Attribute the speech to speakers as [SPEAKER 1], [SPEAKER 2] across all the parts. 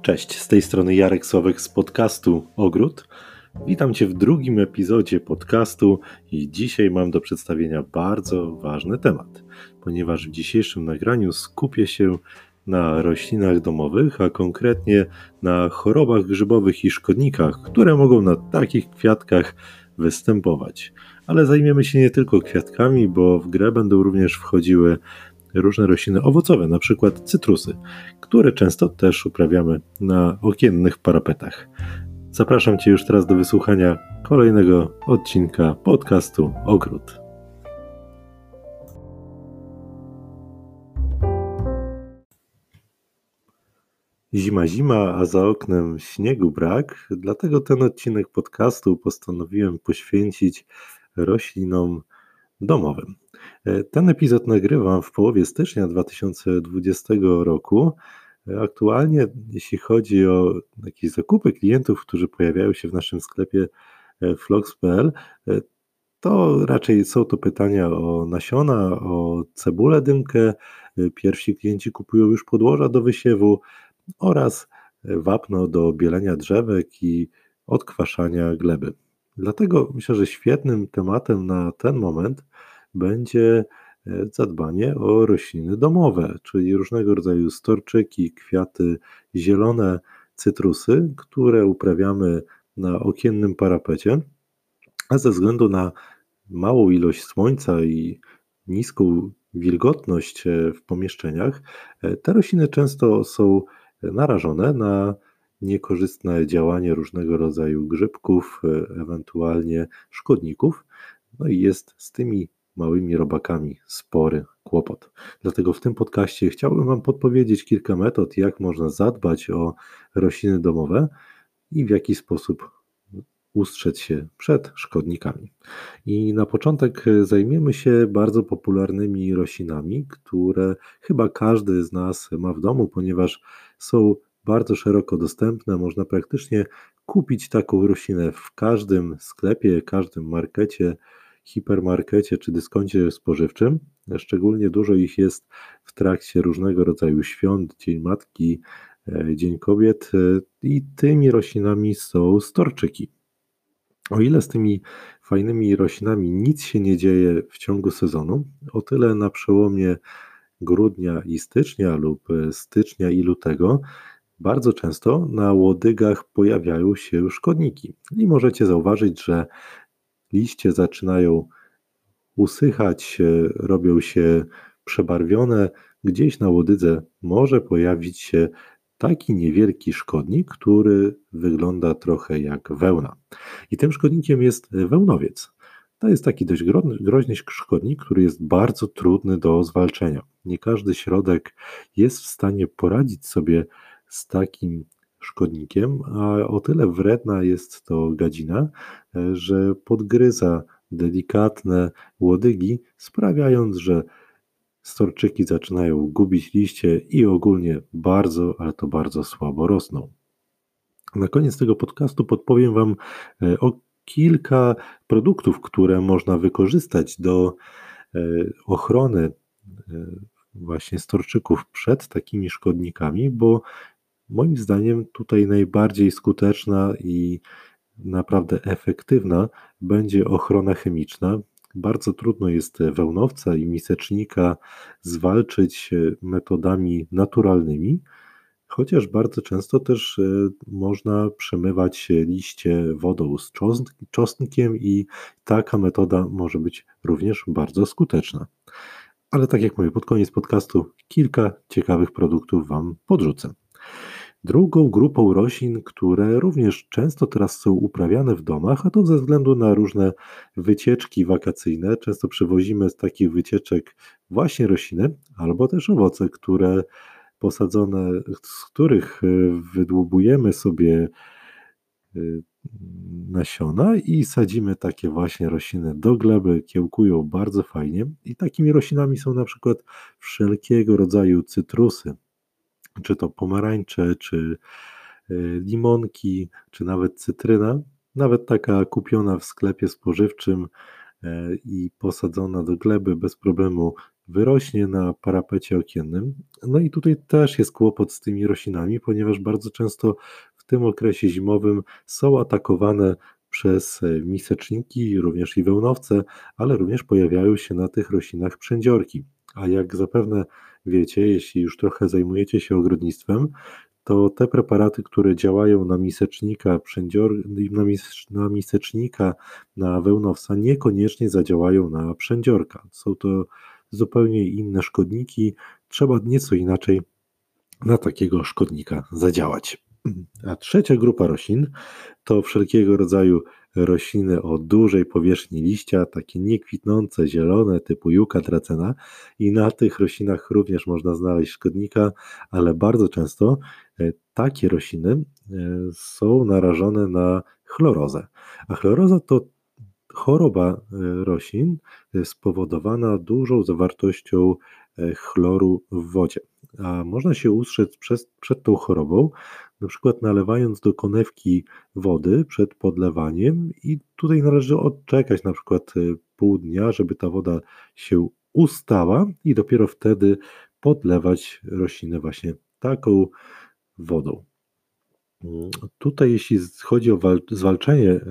[SPEAKER 1] Cześć, z tej strony Jarek Sławek z podcastu Ogród. Witam Cię w drugim epizodzie podcastu i dzisiaj mam do przedstawienia bardzo ważny temat, ponieważ w dzisiejszym nagraniu skupię się na roślinach domowych, a konkretnie na chorobach grzybowych i szkodnikach, które mogą na takich kwiatkach występować. Ale zajmiemy się nie tylko kwiatkami, bo w grę będą również wchodziły różne rośliny owocowe, na przykład cytrusy, które często też uprawiamy na okiennych parapetach. Zapraszam Cię już teraz do wysłuchania kolejnego odcinka podcastu Ogród. Zima, a za oknem śniegu brak, dlatego ten odcinek podcastu postanowiłem poświęcić roślinom domowym. Ten epizod nagrywam w połowie stycznia 2020 roku. Aktualnie, jeśli chodzi o jakieś zakupy klientów, którzy pojawiają się w naszym sklepie flox.pl, to raczej są to pytania o nasiona, o cebulę dymkę. Pierwsi klienci kupują już podłoża do wysiewu oraz wapno do bielenia drzewek i odkwaszania gleby. Dlatego myślę, że świetnym tematem na ten moment będzie zadbanie o rośliny domowe, czyli różnego rodzaju storczyki, kwiaty zielone, cytrusy, które uprawiamy na okiennym parapecie, a ze względu na małą ilość słońca i niską wilgotność w pomieszczeniach, te rośliny często są narażone na niekorzystne działanie różnego rodzaju grzybków, ewentualnie szkodników. No i jest z tymi małymi robakami spory kłopot. Dlatego w tym podcaście chciałbym Wam podpowiedzieć kilka metod, jak można zadbać o rośliny domowe i w jaki sposób ustrzec się przed szkodnikami. I na początek zajmiemy się bardzo popularnymi roślinami, które chyba każdy z nas ma w domu, ponieważ są bardzo szeroko dostępne. Można praktycznie kupić taką roślinę w każdym sklepie, każdym markecie, hipermarkecie czy dyskoncie spożywczym. Szczególnie dużo ich jest w trakcie różnego rodzaju świąt, Dzień Matki, Dzień Kobiet i tymi roślinami są storczyki. O ile z tymi fajnymi roślinami nic się nie dzieje w ciągu sezonu, o tyle na przełomie grudnia i stycznia lub stycznia i lutego bardzo często na łodygach pojawiają się szkodniki. I możecie zauważyć, że liście zaczynają usychać, robią się przebarwione. Gdzieś na łodydze może pojawić się taki niewielki szkodnik, który wygląda trochę jak wełna. I tym szkodnikiem jest wełnowiec. To jest taki dość groźny szkodnik, który jest bardzo trudny do zwalczenia. Nie każdy środek jest w stanie poradzić sobie z takim szkodnikiem, a o tyle wredna jest to gadzina, że podgryza delikatne łodygi, sprawiając, że storczyki zaczynają gubić liście i ogólnie bardzo, ale to bardzo słabo rosną. Na koniec tego podcastu podpowiem Wam o kilka produktów, które można wykorzystać do ochrony właśnie storczyków przed takimi szkodnikami, bo moim zdaniem tutaj najbardziej skuteczna i naprawdę efektywna będzie ochrona chemiczna. Bardzo trudno jest wełnowca i misecznika zwalczyć metodami naturalnymi, chociaż bardzo często też można przemywać liście wodą z czosnkiem i taka metoda może być również bardzo skuteczna. Ale tak jak mówię, pod koniec podcastu kilka ciekawych produktów Wam podrzucę. Drugą grupą roślin, które również często teraz są uprawiane w domach, a to ze względu na różne wycieczki wakacyjne. Często przywozimy z takich wycieczek właśnie rośliny albo też owoce, które posadzone, z których wydłubujemy sobie nasiona i sadzimy takie właśnie rośliny do gleby, kiełkują bardzo fajnie i takimi roślinami są na przykład wszelkiego rodzaju cytrusy, czy to pomarańcze, czy limonki, czy nawet cytryna, nawet taka kupiona w sklepie spożywczym i posadzona do gleby bez problemu wyrośnie na parapecie okiennym. No i tutaj też jest kłopot z tymi roślinami, ponieważ bardzo często w tym okresie zimowym są atakowane przez miseczniki, również i wełnowce, ale również pojawiają się na tych roślinach przędziorki. A jak zapewne wiecie, jeśli już trochę zajmujecie się ogrodnictwem, to te preparaty, które działają na misecznika, na misecznika, na wełnowca, niekoniecznie zadziałają na przędziorka. Są to zupełnie inne szkodniki, trzeba nieco inaczej na takiego szkodnika zadziałać. A trzecia grupa roślin to wszelkiego rodzaju rośliny o dużej powierzchni liścia, takie niekwitnące, zielone, typu juka, dracena, i na tych roślinach również można znaleźć szkodnika, ale bardzo często takie rośliny są narażone na chlorozę. A chloroza to choroba roślin spowodowana dużą zawartością chloru w wodzie. A można się ustrzec przed tą chorobą, na przykład nalewając do konewki wody przed podlewaniem, i tutaj należy odczekać na przykład pół dnia, żeby ta woda się ustała, i dopiero wtedy podlewać rośliny właśnie taką wodą. Tutaj jeśli chodzi o zwalczenie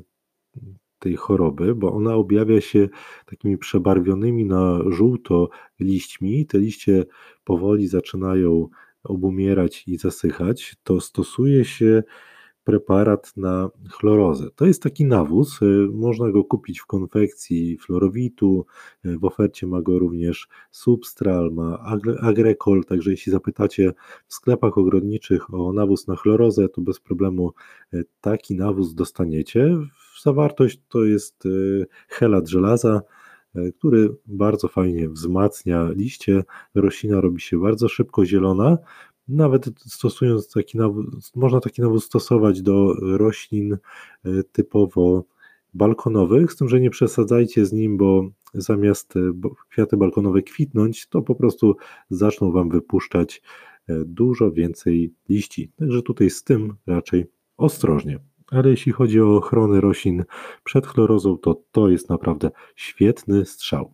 [SPEAKER 1] tej choroby, bo ona objawia się takimi przebarwionymi na żółto liśćmi, te liście powoli zaczynają obumierać i zasychać, to stosuje się preparat na chlorozę. To jest taki nawóz, można go kupić w konfekcji fluorowitu, w ofercie ma go również Substral, ma Agrekol, także jeśli zapytacie w sklepach ogrodniczych o nawóz na chlorozę, to bez problemu taki nawóz dostaniecie. Zawartość to jest chelat żelaza, który bardzo fajnie wzmacnia liście, roślina robi się bardzo szybko zielona. Nawet stosując taki nawóz, można taki nawóz stosować do roślin typowo balkonowych, z tym, że nie przesadzajcie z nim, bo zamiast kwiaty balkonowe kwitnąć, to po prostu zaczną Wam wypuszczać dużo więcej liści. Także tutaj z tym raczej ostrożnie. Ale jeśli chodzi o ochronę roślin przed chlorozą, to to jest naprawdę świetny strzał.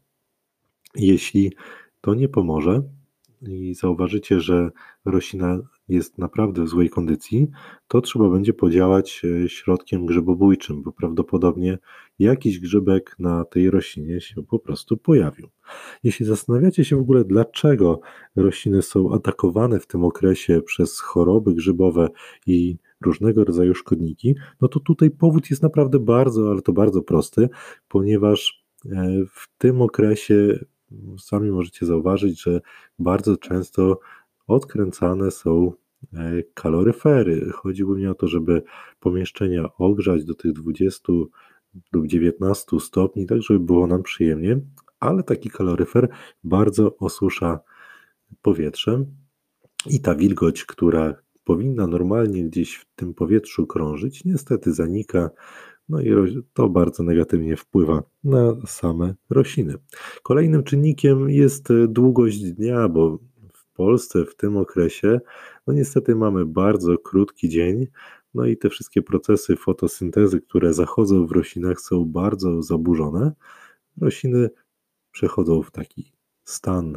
[SPEAKER 1] Jeśli to nie pomoże i zauważycie, że roślina jest naprawdę w złej kondycji, to trzeba będzie podziałać środkiem grzybobójczym, bo prawdopodobnie jakiś grzybek na tej roślinie się po prostu pojawił. Jeśli zastanawiacie się w ogóle, dlaczego rośliny są atakowane w tym okresie przez choroby grzybowe i różnego rodzaju szkodniki, no to tutaj powód jest naprawdę bardzo, ale to bardzo prosty, ponieważ w tym okresie sami możecie zauważyć, że bardzo często odkręcane są kaloryfery. Chodziło mi o to, żeby pomieszczenia ogrzać do tych 20 lub 19 stopni, tak żeby było nam przyjemnie, ale taki kaloryfer bardzo osusza powietrze i ta wilgoć, która powinna normalnie gdzieś w tym powietrzu krążyć, niestety zanika. No i to bardzo negatywnie wpływa na same rośliny. Kolejnym czynnikiem jest długość dnia, bo w Polsce w tym okresie, no niestety mamy bardzo krótki dzień, no i te wszystkie procesy fotosyntezy, które zachodzą w roślinach, są bardzo zaburzone. Rośliny przechodzą w taki stan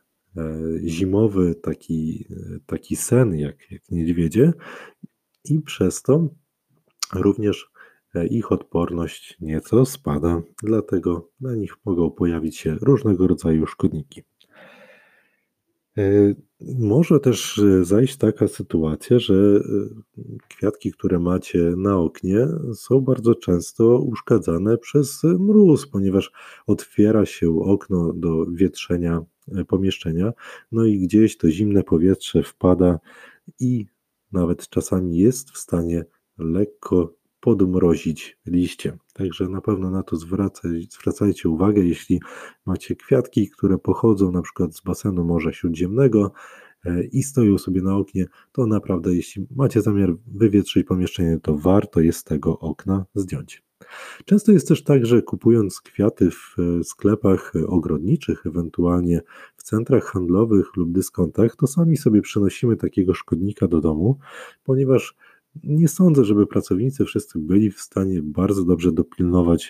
[SPEAKER 1] zimowy, taki sen jak niedźwiedzie, i przez to również ich odporność nieco spada, dlatego na nich mogą pojawić się różnego rodzaju szkodniki. Może też zajść taka sytuacja, że kwiatki, które macie na oknie, są bardzo często uszkadzane przez mróz, ponieważ otwiera się okno do wietrzenia pomieszczenia, no i gdzieś to zimne powietrze wpada i nawet czasami jest w stanie lekko podmrozić liście. Także na pewno na to zwracajcie uwagę, jeśli macie kwiatki, które pochodzą na przykład z basenu Morza Śródziemnego i stoją sobie na oknie, to naprawdę jeśli macie zamiar wywietrzyć pomieszczenie, to warto jest tego okna zdjąć. Często jest też tak, że kupując kwiaty w sklepach ogrodniczych, ewentualnie w centrach handlowych lub dyskontach, to sami sobie przynosimy takiego szkodnika do domu, ponieważ nie sądzę, żeby pracownicy wszyscy byli w stanie bardzo dobrze dopilnować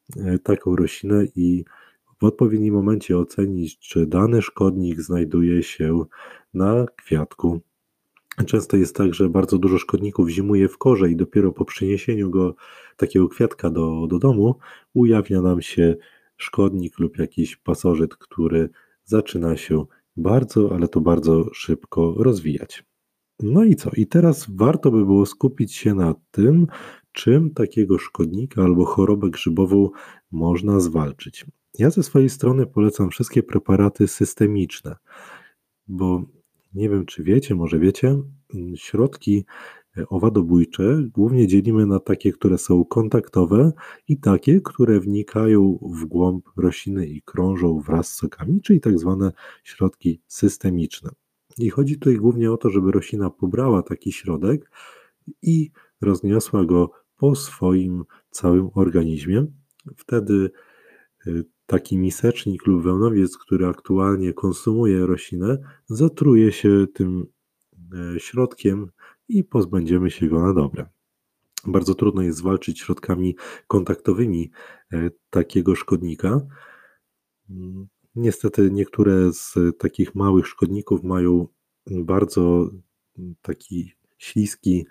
[SPEAKER 1] taką roślinę i w odpowiednim momencie ocenić, czy dany szkodnik znajduje się na kwiatku. Często jest tak, że bardzo dużo szkodników zimuje w korze i dopiero po przyniesieniu go, takiego kwiatka do domu, ujawnia nam się szkodnik lub jakiś pasożyt, który zaczyna się bardzo, ale to bardzo szybko rozwijać. No i co? I teraz warto by było skupić się na tym, czym takiego szkodnika albo chorobę grzybową można zwalczyć. Ja ze swojej strony polecam wszystkie preparaty systemiczne, bo nie wiem, czy wiecie, może wiecie, środki owadobójcze głównie dzielimy na takie, które są kontaktowe i takie, które wnikają w głąb rośliny i krążą wraz z sokami, czyli tak zwane środki systemiczne. I chodzi tutaj głównie o to, żeby roślina pobrała taki środek i rozniosła go po swoim całym organizmie. Wtedy taki misecznik lub wełnowiec, który aktualnie konsumuje roślinę, zatruje się tym środkiem i pozbędziemy się go na dobre. Bardzo trudno jest zwalczyć środkami kontaktowymi takiego szkodnika. Niestety niektóre z takich małych szkodników mają bardzo taki śliski,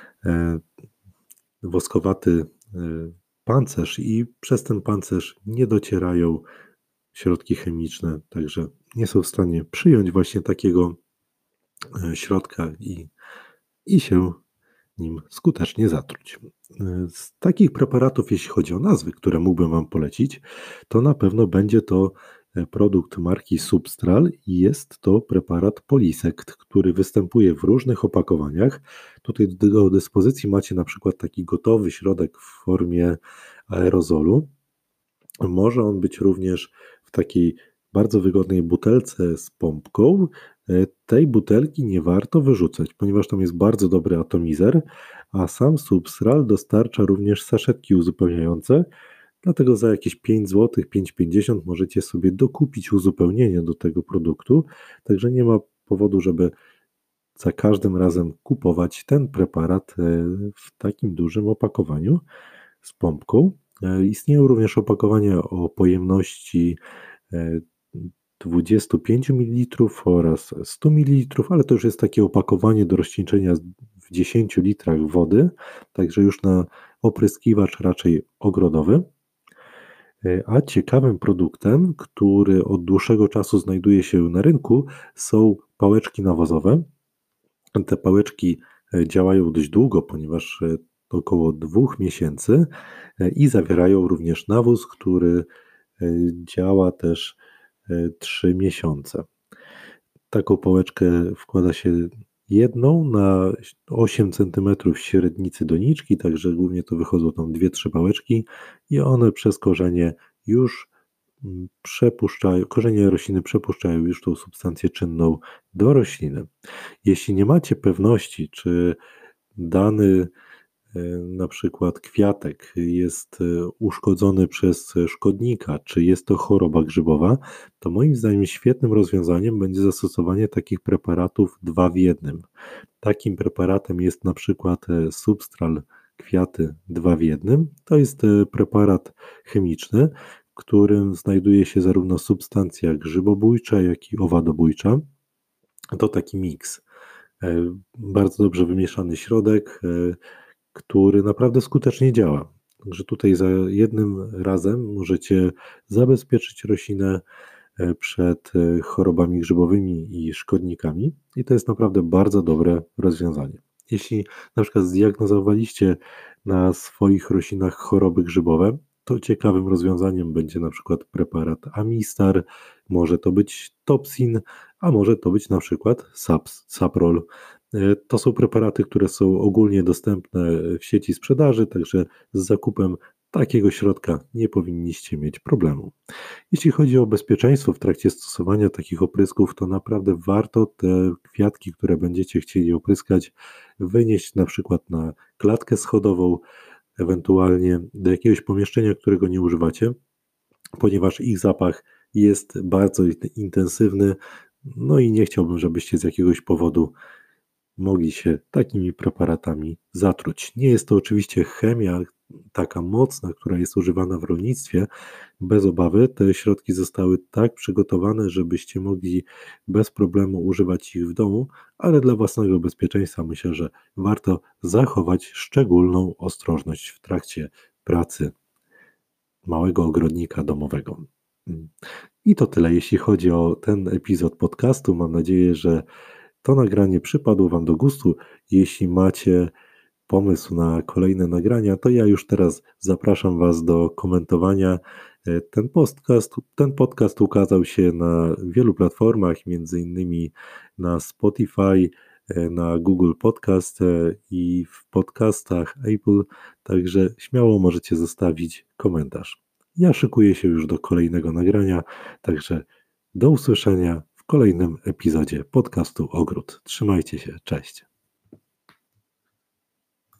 [SPEAKER 1] woskowaty pancerz i przez ten pancerz nie docierają środki chemiczne, także nie są w stanie przyjąć właśnie takiego środka i się nim skutecznie zatruć. Z takich preparatów, jeśli chodzi o nazwy, które mógłbym Wam polecić, to na pewno będzie to produkt marki Substral i jest to preparat Polisekt, który występuje w różnych opakowaniach. Tutaj do dyspozycji macie na przykład taki gotowy środek w formie aerozolu. Może on być również w takiej bardzo wygodnej butelce z pompką. Tej butelki nie warto wyrzucać, ponieważ tam jest bardzo dobry atomizer, a sam Substral dostarcza również saszetki uzupełniające, dlatego za jakieś 5 zł, 5,50 możecie sobie dokupić uzupełnienie do tego produktu, także nie ma powodu, żeby za każdym razem kupować ten preparat w takim dużym opakowaniu z pompką. Istnieją również opakowania o pojemności 25 ml oraz 100 ml, ale to już jest takie opakowanie do rozcieńczenia w 10 litrach wody, także już na opryskiwacz raczej ogrodowy. A ciekawym produktem, który od dłuższego czasu znajduje się na rynku, są pałeczki nawozowe. Te pałeczki działają dość długo, ponieważ około 2 miesięcy i zawierają również nawóz, który działa też 3 miesiące. Taką pałeczkę wkłada się jedną na 8 cm średnicy doniczki, także głównie to wychodzą tam 2-3 pałeczki i one przez korzenie już przepuszczają, korzenie rośliny przepuszczają już tą substancję czynną do rośliny. Jeśli nie macie pewności, czy dany na przykład kwiatek jest uszkodzony przez szkodnika, czy jest to choroba grzybowa, to moim zdaniem świetnym rozwiązaniem będzie zastosowanie takich preparatów 2 w 1. Takim preparatem jest na przykład Substral Kwiaty 2 w 1. To jest preparat chemiczny, w którym znajduje się zarówno substancja grzybobójcza, jak i owadobójcza. To taki miks. Bardzo dobrze wymieszany środek, który naprawdę skutecznie działa. Także tutaj za jednym razem możecie zabezpieczyć roślinę przed chorobami grzybowymi i szkodnikami i to jest naprawdę bardzo dobre rozwiązanie. Jeśli na przykład zdiagnozowaliście na swoich roślinach choroby grzybowe, to ciekawym rozwiązaniem będzie na przykład preparat Amistar, może to być Topsin, a może to być na przykład Saprol. To są preparaty, które są ogólnie dostępne w sieci sprzedaży, także z zakupem takiego środka nie powinniście mieć problemu. Jeśli chodzi o bezpieczeństwo w trakcie stosowania takich oprysków, to naprawdę warto te kwiatki, które będziecie chcieli opryskać, wynieść na przykład na klatkę schodową, ewentualnie do jakiegoś pomieszczenia, którego nie używacie, ponieważ ich zapach jest bardzo intensywny, no i nie chciałbym, żebyście z jakiegoś powodu mogli się takimi preparatami zatruć. Nie jest to oczywiście chemia, taka mocna, która jest używana w rolnictwie, bez obawy te środki zostały tak przygotowane, żebyście mogli bez problemu używać ich w domu, ale dla własnego bezpieczeństwa myślę, że warto zachować szczególną ostrożność w trakcie pracy małego ogrodnika domowego. Mm. I to tyle, jeśli chodzi o ten epizod podcastu. Mam nadzieję, że to nagranie przypadło Wam do gustu. Jeśli macie pomysł na kolejne nagrania, to ja już teraz zapraszam Was do komentowania. Ten podcast ukazał się na wielu platformach, między innymi na Spotify, na Google Podcast i w podcastach Apple, także śmiało możecie zostawić komentarz. Ja szykuję się już do kolejnego nagrania, także do usłyszenia w kolejnym epizodzie podcastu Ogród. Trzymajcie się, cześć.